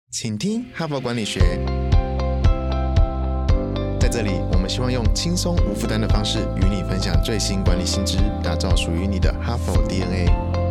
请听哈佛管理学。在这里，我们希望用轻松无负担的方式与你分享最新管理新知，打造属于你的哈佛 DNA。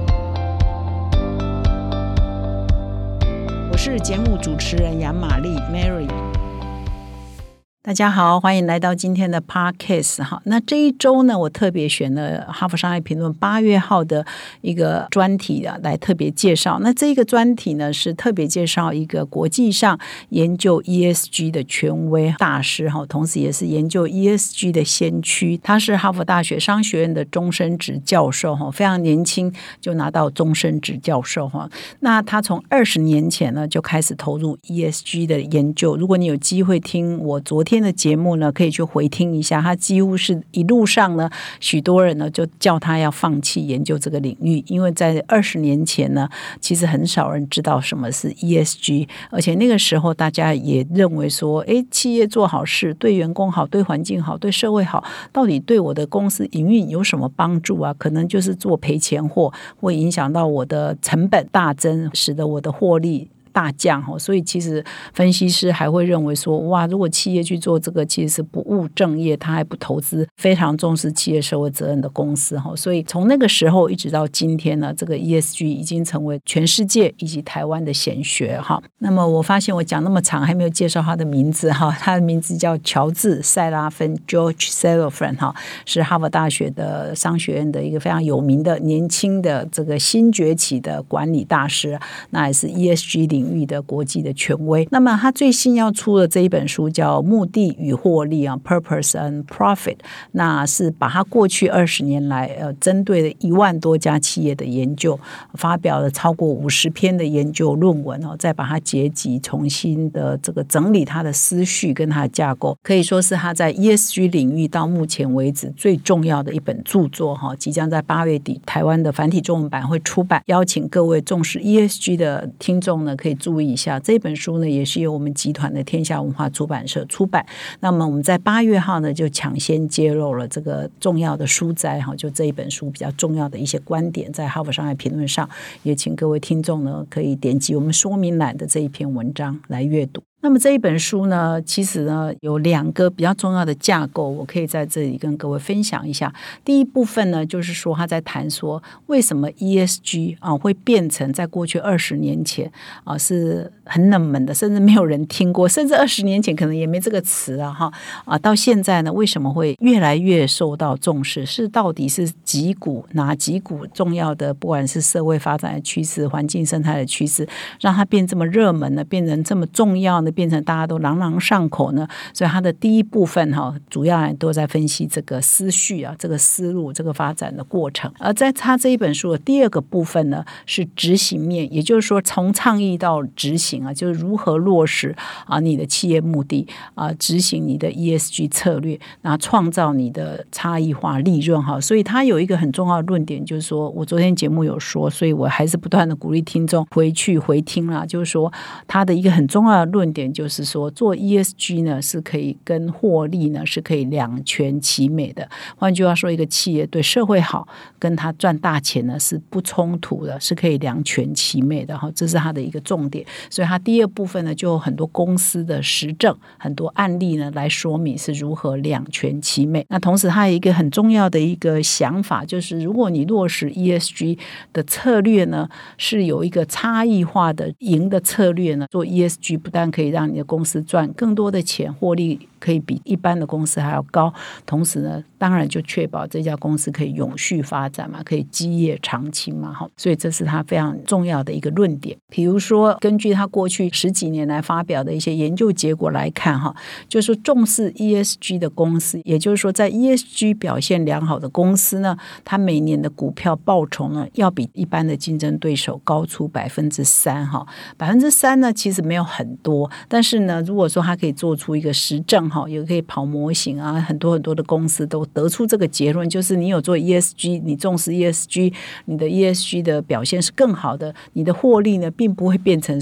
我是节目主持人杨玛丽 Mary。大家好，欢迎来到今天的 Podcast。 那这一周呢，我特别选了哈佛商业评论8月号的一个专题来特别介绍。那这个专题呢，是特别介绍一个国际上研究 ESG 的权威大师，同时也是研究 ESG 的先驱。他是哈佛大学商学院的终身职教授，非常年轻就拿到终身职教授。那他从20年前呢就开始投入 ESG 的研究。如果你有机会听我昨天的节目呢，可以去回听一下。他几乎是一路上呢，许多人呢就叫他要放弃研究这个领域，因为在20年前呢，其实很少人知道什么是 ESG， 而且那个时候大家也认为说，企业做好事，对员工好，对环境好，对社会好，到底对我的公司营运有什么帮助啊？可能就是做赔钱货，会影响到我的成本大增，使得我的获利大降。所以其实分析师还会认为说，哇，如果企业去做这个其实是不务正业，他还不投资非常重视企业社会责任的公司。所以从那个时候一直到今天呢，这个 ESG 已经成为全世界以及台湾的显学。那么我发现我讲那么长还没有介绍他的名字，他的名字叫乔治·塞拉芬 George Serafen， 是哈佛大学的商学院的一个非常有名的年轻的这个新崛起的管理大师，那也是 ESG 领域的国际的权威。那么他最新要出的这一本书叫《目的与获利》Purpose and Profit， 那是把他过去20年来针对了1万多家企业的研究，发表了超过50篇的研究论文，再把它结集，重新的这个整理他的思绪跟他的架构，可以说是他在 ESG 领域到目前为止最重要的一本著作。即将在8月底台湾的繁体中文版会出版，邀请各位重视 ESG 的听众呢可以注意一下。这本书呢也是由我们集团的天下文化出版社出版。那么我们在8月号呢就抢先揭露了这个重要的书摘，就这一本书比较重要的一些观点，在哈佛商业评论上，也请各位听众呢可以点击我们说明栏的这一篇文章来阅读。那么这一本书呢，其实呢有2个比较重要的架构，我可以在这里跟各位分享一下。第一部分呢，就是说他在谈说为什么 ESG 会变成在过去20年前是很冷门的，甚至没有人听过，甚至20年前可能也没这个词到现在呢，为什么会越来越受到重视？是到底是哪几股重要的，不管是社会发展的趋势、环境生态的趋势，让它变这么热门呢，变成这么重要呢？变成大家都朗朗上口呢？所以它的第一部分主要都在分析这个思绪这个思路，这个发展的过程。而在他这一本书的第2个部分呢，是执行面，也就是说从倡议到执行就是如何落实你的企业目的执行你的 ESG 策略，然后创造你的差异化利润。所以他有一个很重要的论点，就是说我昨天节目有说，所以我还是不断的鼓励听众回去回听啦。就是说他的一个很重要的论点就是说，做 ESG 呢是可以跟获利呢是可以两全其美的。换句话说，一个企业对社会好，跟他赚大钱呢是不冲突的，是可以两全其美的。这是他的一个重点。所以他第2部分呢，就有很多公司的实证，很多案例呢来说明是如何两全其美。那同时他有一个很重要的一个想法，就是如果你落实 ESG 的策略呢，是有一个差异化的赢的策略呢，做 ESG 不但可以让你的公司赚更多的钱，获利可以比一般的公司还要高，同时呢当然就确保这家公司可以永续发展嘛，可以基业长青嘛。所以这是他非常重要的一个论点。比如说根据他过去10几年来发表的一些研究结果来看，就是重视 ESG 的公司，也就是说在 ESG 表现良好的公司呢，它每年的股票报酬呢要比一般的竞争对手高出 3%。 3% 呢其实没有很多，但是呢如果说它可以做出一个实证，也可以跑模型很多很多的公司都得出这个结论，就是你有做 ESG， 你重视 ESG， 你的 ESG 的表现是更好的，你的获利呢并不会变成说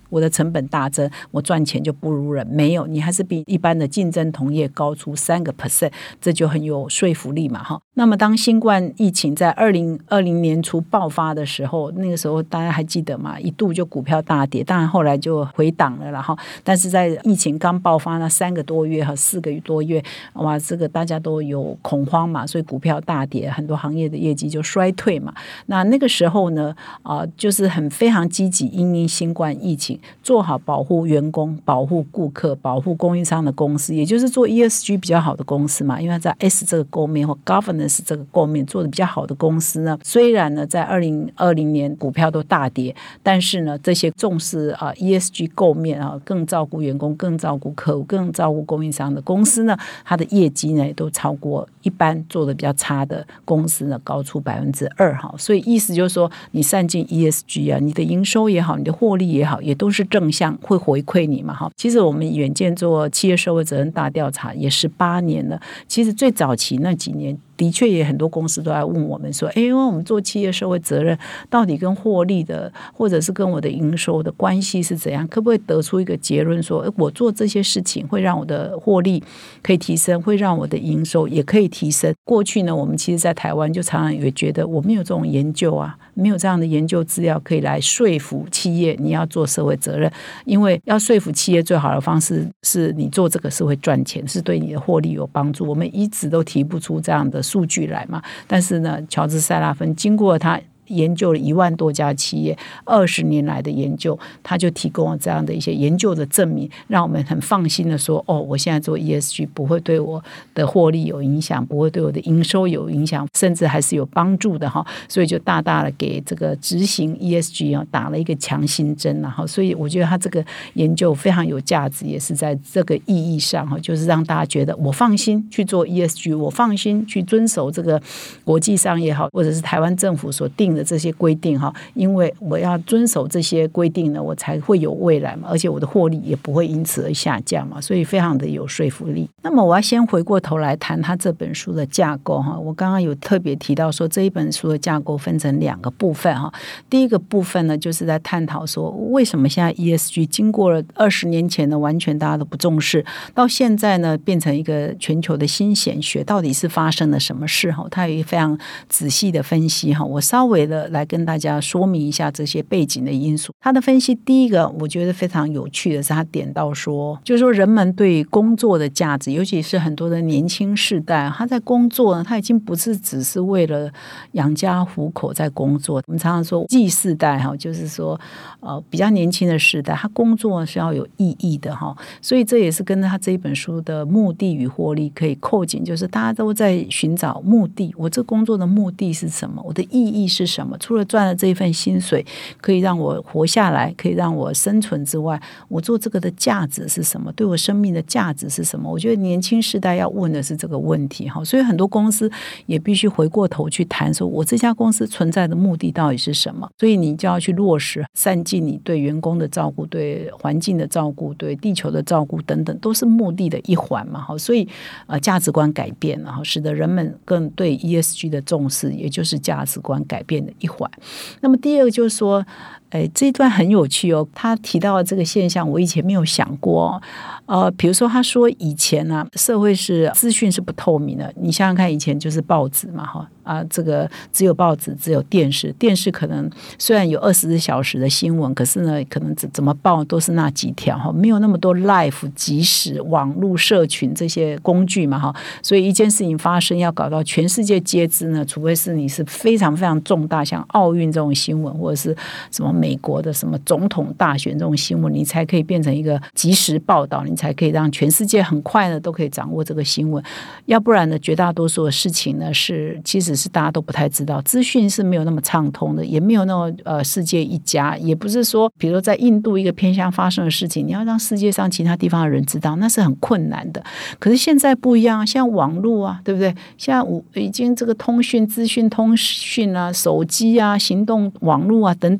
我的成本大增，我赚钱就不如人。没有，你还是比一般的竞争同业高出3%，这就很有说服力嘛。那么当新冠疫情在2020年初爆发的时候，那个时候大家还记得吗？一度就股票大跌，当然后来就回档了啦。但是在疫情刚爆发那3个多月和4个多月，哇，这个大家都有恐慌嘛，所以股票大跌，很多行业的业绩就衰退嘛。那个时候呢，就是非常积极因应新冠疫情，做好保护员工、保护顾客、保护供应商的公司，也就是做 ESG 比较好的公司嘛。因为在 S 这个构面或 Governance 这个构面做的比较好的公司呢，虽然呢在2020年股票都大跌，但是呢这些重视ESG 构面更照顾员工、更照顾客户、更照顾供应商的公司呢，它的业绩呢都超过一般做的比较差的公司呢高出2%。所以意思就是说，你善尽 ESG 啊，你的营收也好，你的获利也好，也都是正向，会回馈你嘛。其实我们远见做企业社会责任大调查也18年了，其实最早期那几年的确也很多公司都在问我们说，因为我们做企业社会责任到底跟获利的或者是跟我的营收的关系是怎样，可不可以得出一个结论说，我做这些事情会让我的获利可以提升，会让我的营收也可以提升。过去呢，我们其实在台湾就常常也觉得我没有这种研究啊，没有这样的研究资料可以来说服企业你要做社会责任，因为要说服企业最好的方式是你做这个是会赚钱，是对你的获利有帮助。我们一直都提不出这样的数据来嘛，但是呢，乔治·塞拉芬经过他研究了1万多家企业20年来的研究，他就提供了这样的一些研究的证明，让我们很放心的说，我现在做 ESG 不会对我的获利有影响，不会对我的营收有影响，甚至还是有帮助的。所以就大大的给这个执行 ESG 打了一个强心针。所以我觉得他这个研究非常有价值，也是在这个意义上，就是让大家觉得我放心去做 ESG， 我放心去遵守这个国际上也好，或者是台湾政府所定的这些规定，因为我要遵守这些规定呢，我才会有未来嘛，而且我的获利也不会因此而下降嘛，所以非常的有说服力。那么我要先回过头来谈他这本书的架构。我刚刚有特别提到说，这一本书的架构分成2个部分。第一个部分呢，就是在探讨说，为什么现在 ESG 经过了20年前的完全大家都不重视，到现在呢变成一个全球的新显学，到底是发生了什么事？他有一个非常仔细的分析，我稍微的来跟大家说明一下这些背景的因素。他的分析第一个我觉得非常有趣的是，他点到说，就是说人们对工作的价值，尤其是很多的年轻世代，他在工作呢，他已经不是只是为了养家糊口在工作。我们常常说G世代，就是说比较年轻的世代，他工作是要有意义的。所以这也是跟他这一本书的目的与获利可以扣紧，就是大家都在寻找目的，我这工作的目的是什么，我的意义是什么，除了赚了这一份薪水可以让我活下来，可以让我生存之外，我做这个的价值是什么，对我生命的价值是什么。我觉得年轻世代要问的是这个问题。所以很多公司也必须回过头去谈说，我这家公司存在的目的到底是什么。所以你就要去落实善尽你对员工的照顾，对环境的照顾，对地球的照顾等等，都是目的的一环嘛。所以价值观改变了，使得人们更对 ESG 的重视，也就是价值观改变的一环。那么第二个就是说，这一段很有趣哦，他提到的这个现象我以前没有想过。比如说他说以前啊，社会是资讯是不透明的，你想想看，以前就是报纸嘛，这个只有报纸，只有电视，电视可能虽然有24小时的新闻，可是呢可能怎么报都是那几条，没有那么多 live 即时网络社群这些工具嘛，所以一件事情发生要搞到全世界皆知呢，除非是你是非常非常重大，像奥运这种新闻，或者是什么美国的什么总统大选这种新闻，你才可以变成一个即时报道，你才可以让全世界很快呢都可以掌握这个新闻。要不然呢，绝大多数的事情呢其实是大家都不太知道，资讯是没有那么畅通的，也没有那么世界一家，也不是说比如说在印度一个偏乡发生的事情，你要让世界上其他地方的人知道，那是很困难的。可是现在不一样，像网络啊，对不对？现在已经这个通讯资讯通讯啊，手机啊，行动网络啊等等，假设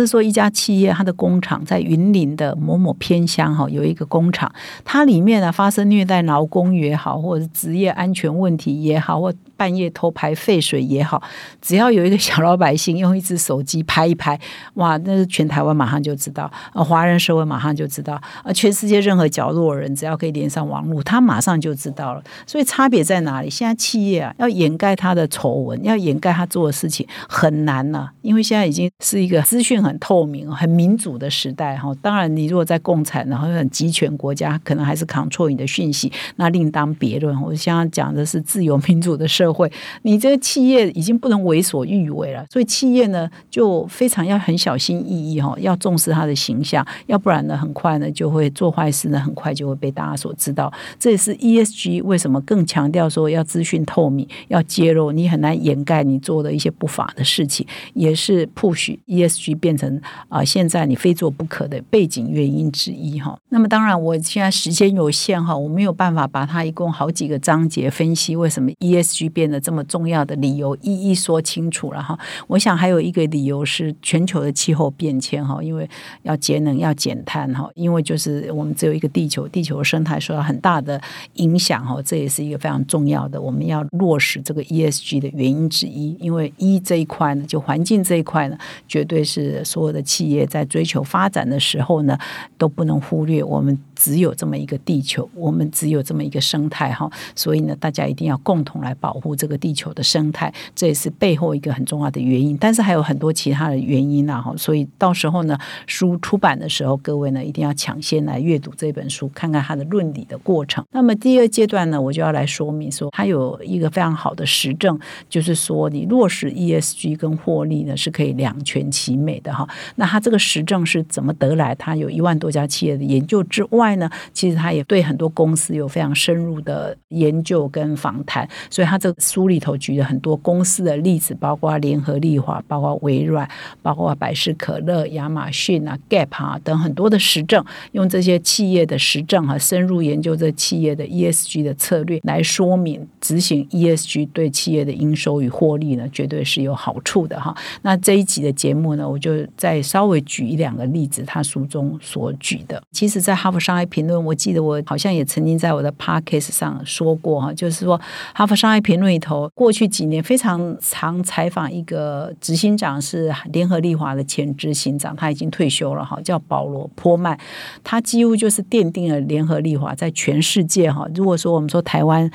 设说一家企业，它的工厂在云林的某某偏乡有一个工厂，它里面发生虐待劳工也好，或者是职业安全问题也好，或半夜偷排废水也好，只要有一个小老百姓用一只手机拍一拍，哇，那是全台湾马上就知道，华人社会马上就知道，全世界任何角落的人只要可以连上网络，他马上就知道了。所以差别在哪里？现在企业要掩盖他的丑闻，要掩盖他做的事情很难了，因为现在已经是一个资讯很透明、很民主的时代。当然，你如果在共产然后很集权国家，可能还是 control 你的讯息，那另当别论。我现在讲的是自由民主的社会，你这个企业已经不能为所欲为了，所以企业呢就非常要很小心翼翼，要重视它的形象，要不然呢很快呢就会做坏事呢，很快就会被大家所知道。这也是 ESG 为什么更强调说要资讯透明，要揭露，你很难掩盖你做的一些不法的事情，也是 push ESG 变成现在你非做不可的背景原因之一。那么当然我现在时间有限，我没有办法把它一共好几个章节分析为什么 ESG 变得这么重要的理由一一说清楚了。我想还有一个理由是全球的气候变迁，因为要节能要减碳，因为就是我们只有一个地球，地球的生态受到很大的影响，这也是一个非常重要的我们要落实这个 ESG 的原因之一。因为这一块呢，就环境这一块呢，绝对是所有的企业在追求发展的时候呢都不能忽略，我们只有这么一个地球，我们只有这么一个生态，所以呢大家一定要共同来保护这个地球的生态，这也是背后一个很重要的原因。但是还有很多其他的原因所以到时候呢书出版的时候，各位呢一定要抢先来阅读这本书，看看它的论理的过程。那么第二阶段呢，我就要来说明说它有一个非常好的实证，就是说你落实 ESG 跟获利呢是可以两全其美的。那它这个实证是怎么得来？它有1万多家企业的研究之外呢，其实它也对很多公司有非常深入的研究跟访谈，所以它这个书里头举了很多公司的例子，包括联合利华，包括微软，包括百事可乐、亚马逊Gap 等很多的实证，用这些企业的实证深入研究这企业的 ESG 的策略，来说明执行 ESG 对企业的营收与获利呢绝对是有好处的。那这一集的节目呢，我就再稍微举1-2个例子，他书中所举的。其实在哈佛商业评论，我记得我好像也曾经在我的 podcast 上说过，就是说哈佛商业评论里头过去几年非常常采访一个执行长，是联合利华的前执行长，他已经退休了，叫保罗·坡曼。他几乎就是奠定了联合利华在全世界，如果说我们说台湾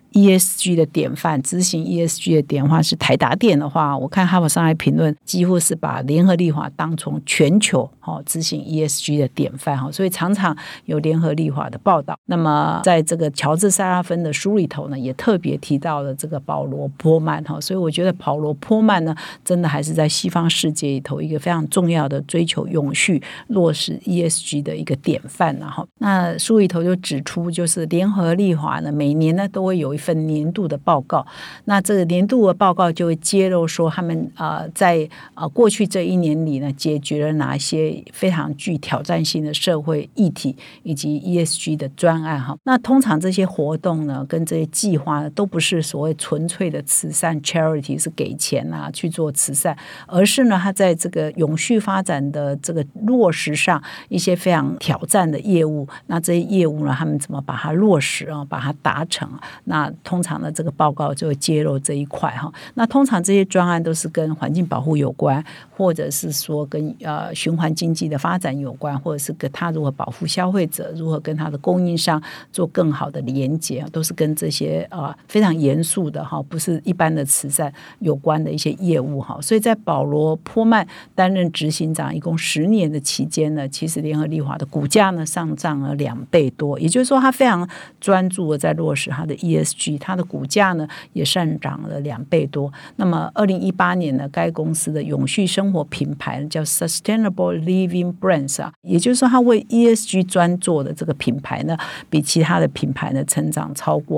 ESG 的典范，执行 ESG 的典范是台达电的话，我看哈佛商业评论几乎是把联合利华当成全球执行 ESG 的典范，所以常常有联合利华的报道。那么在这个乔治·塞拉芬的书里头呢，也特别提到了这个保罗·坡曼，所以我觉得保罗·坡曼呢，真的还是在西方世界里头一个非常重要的追求永续、落实 ESG 的一个典范。那书里头就指出，就是联合利华呢，每年呢都会有一份年度的报告，那这个年度的报告就会揭露说他们在过去这1年里呢，解决了哪些非常具挑战性的社会议题以及 ESG 的专案。那通常这些活动呢跟这些计划呢，都不是所谓纯粹的慈善 charity 是给钱去做慈善，而是呢它在这个永续发展的这个落实上一些非常挑战的业务，那这些业务呢他们怎么把它落实把它达成，那通常的这个报告就会揭露这一块。那通常这些专案都是跟环境保护有关，或者是说跟循环经济的发展有关，或者是跟他如何保护消费者，如何跟他的供应商做更好的连结，都是跟这些非常严肃的不是一般的慈善有关的一些业务。所以在保罗·坡曼担任执行长一共10年的期间呢，其实联合利华的股价呢上涨了2倍多，也就是说他非常专注的在落实他的 ESG，它的股价呢也上涨了2倍多。那么2018年呢，该公司的永续生活品牌叫 Sustainable Living Brands， 也就是说它为 ESG 专做的这个品牌呢，比其他的品牌呢成长超过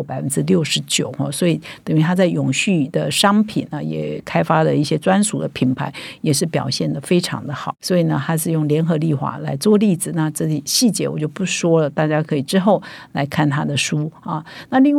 69%，所以等于它在永续的商品呢也开发了一些专属的品牌，也是表现得非常的好。所以呢它是用联合利华来做例子，那这里细节我就不说了，大家可以之后来看他的书。那另外呢，他也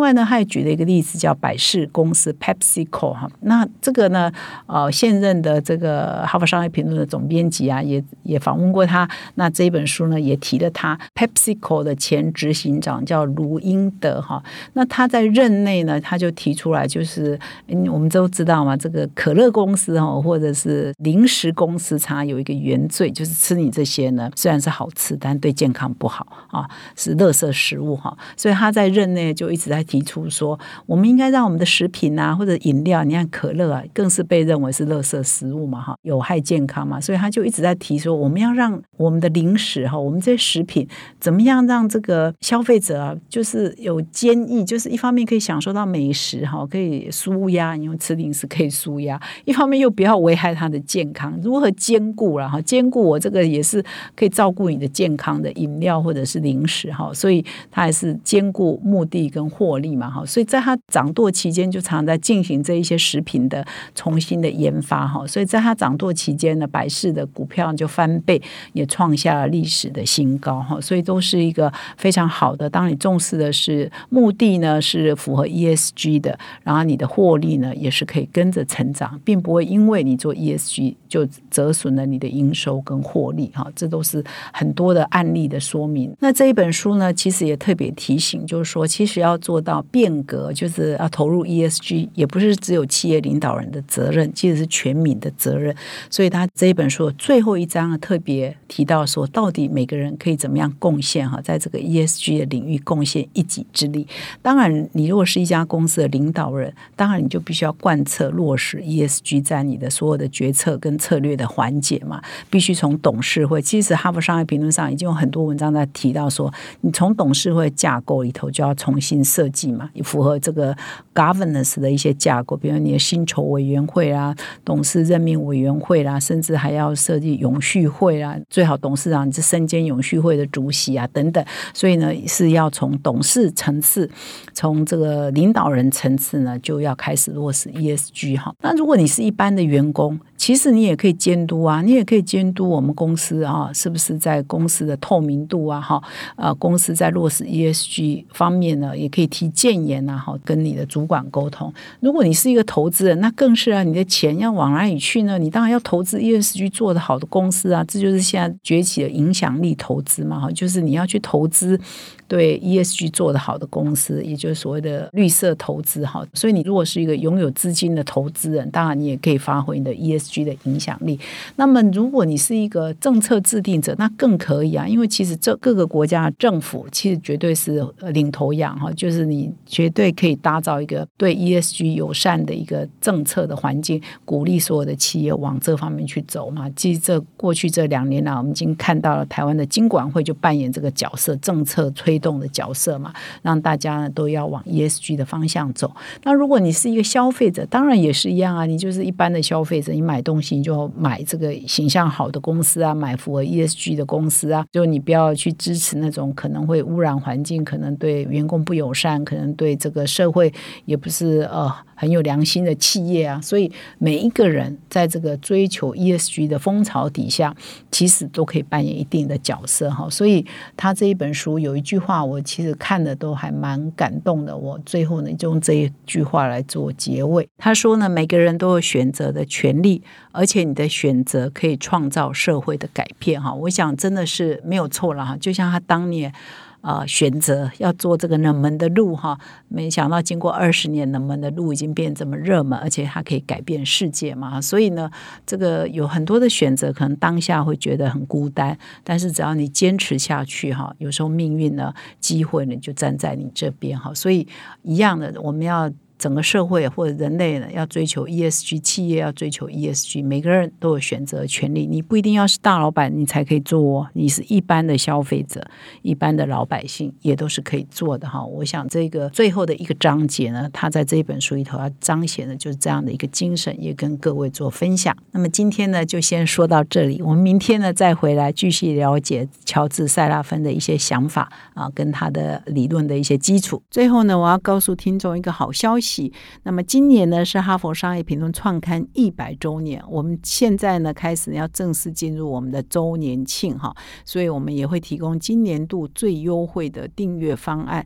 举了一个例子叫百事公司 PepsiCo 哈，那这个呢现任的这个哈佛商业评论的总编辑啊也访问过他，那这一本书呢也提了他 PepsiCo 的前执行长叫卢英德哈，那他在任内呢他就提出来，就是我们都知道嘛，这个可乐公司或者是零食公司它有一个原罪，就是吃你这些呢虽然是好吃但对健康不好啊，是垃圾食物哈，所以他在任内就一直在提出说，我们应该让我们的食品啊或者饮料，你看可乐啊更是被认为是垃圾食物嘛哈，有害健康嘛，所以他就一直在提说，我们要让我们的零食哈，我们这些食品怎么样让这个消费者啊，就是有坚毅，就是一方面可以享受到美食哈，可以舒压，因为吃零食可以舒压，一方面又不要危害他的健康，如何兼顾啦哈？兼顾我这个也是可以照顾你的健康的饮料或者是零食哈，所以他还是兼顾目的跟获利嘛哈，所以在他掌舵期间就常常在进行这一些食品的重新的研发哈，所以在他掌舵期间呢，百事的股票就翻倍，也创下了历史的新高哈，所以都是一个非常好的。当你重视的是目的呢，是符合 ESG 的，然后你的获利呢也是可以跟着成长，并不会因为你做 ESG 就折损了你的营收跟获利哈，这都是很多的案例的说明。那这一本书呢，其实也特别提醒，就是说，其实要做到变革，就是要投入 ESG， 也不是只有企业领导人的责任，其实是全民的责任。所以他这一本书的最后一章特别提到说，到底每个人可以怎么样贡献哈，在这个 ESG 的领域贡献一己之力。当然，你如果是一家公司的领导人，当然你就必须要贯彻落实 ESG 在你的所有的决策跟策略的环节嘛，必须从董事会。其实哈佛商业评论上已经有很多文章在提到说，你从董事会架构里头就要重新设计嘛，符合这个 governance 的一些架构，比如你的薪酬委员会啦、董事任命委员会啦，甚至还要设计永续会啦，最好董事长是身兼永续会的主席啊等等。所以呢，是要从董事层次，从这个领导人层次呢，就要开始落实 ESG 哈。那如果你是一般的员工，其实你也可以监督啊，你也可以监督我们公司啊，是不是在公司的透明度啊，公司在落实 ESG 方面呢，也可以提建言啊，跟你的主管沟通。如果你是一个投资人，那更是啊，你的钱要往哪里去呢？你当然要投资 ESG 做得好的公司啊，这就是现在崛起的影响力投资嘛，就是你要去投资对 ESG 做得好的公司，也就是所谓的绿色投资哈。所以你如果是一个拥有资金的投资人，当然你也可以发挥你的 ESG 的影响力。那么如果你是一个政策制定者，那更可以啊，因为其实这各个国家的政府其实绝对是领头羊哈，就是你绝对可以打造一个对 ESG 友善的一个政策的环境，鼓励所有的企业往这方面去走嘛。其实过去这2年来，我们已经看到了台湾的金管会就扮演这个角色，政策推动的角色嘛，让大家呢都要往 ESG 的方向走。那如果你是一个消费者，当然也是一样啊，你就是一般的消费者，你买东西你就买这个形象好的公司啊，买符合 ESG 的公司啊，就你不要去支持那种可能会污染环境，可能对员工不友善，可能对这个社会也不是很有良心的企业啊。所以每一个人在这个追求 ESG 的风潮底下，其实都可以扮演一定的角色哈。所以他这一本书有一句话，我其实看的都还蛮感动的，我最后呢就用这一句话来做结尾。他说呢，每个人都有选择的权利，而且你的选择可以创造社会的改变哈。我想真的是没有错了哈，就像他当年选择要做这个冷门的路哈，没想到经过20年，冷门的路已经变这么热门，而且它可以改变世界嘛。所以呢，这个有很多的选择，可能当下会觉得很孤单，但是只要你坚持下去哈，有时候命运呢、机会呢就站在你这边哈。所以一样的，我们要整个社会或者人类呢要追求 ESG， 企业要追求 ESG， 每个人都有选择权利，你不一定要是大老板你才可以做哦，你是一般的消费者、一般的老百姓也都是可以做的哈。我想这个最后的一个章节呢，他在这一本书里头要彰显的就是这样的一个精神，也跟各位做分享。那么今天呢就先说到这里，我们明天呢再回来继续了解乔治·塞拉芬的一些想法啊，跟他的理论的一些基础。最后呢，我要告诉听众一个好消息，那么今年呢是哈佛商业评论创刊100周年，我们现在呢开始要正式进入我们的周年庆哈，所以我们也会提供今年度最优惠的订阅方案。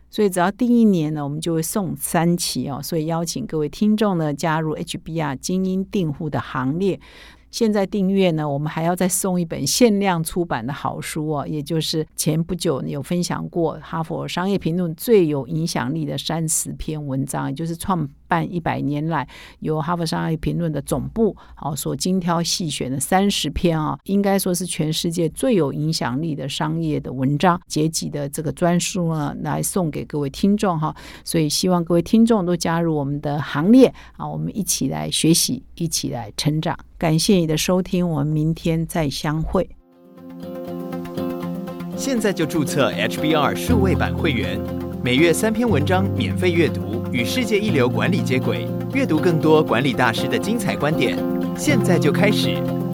所以只要订1年呢，我们就会送3期哦。所以邀请各位听众呢加入 HBR 精英订户的行列。现在订阅呢，我们还要再送一本限量出版的好书哦，也就是前不久有分享过哈佛商业评论最有影响力的30篇文章，也就是创办100年来由哈佛商业评论的总部所精挑细选的30篇应该说是全世界最有影响力的商业的文章结集的这个专书呢，来送给各位听众所以希望各位听众都加入我们的行列我们一起来学习，一起来成长。感谢你的收听，我们明天再相会。 现在就注册 HBR 数位版会员，每月3篇文章免费阅读，与世界一流管理接轨，阅读更多管理大师的精彩观点。现在就开始。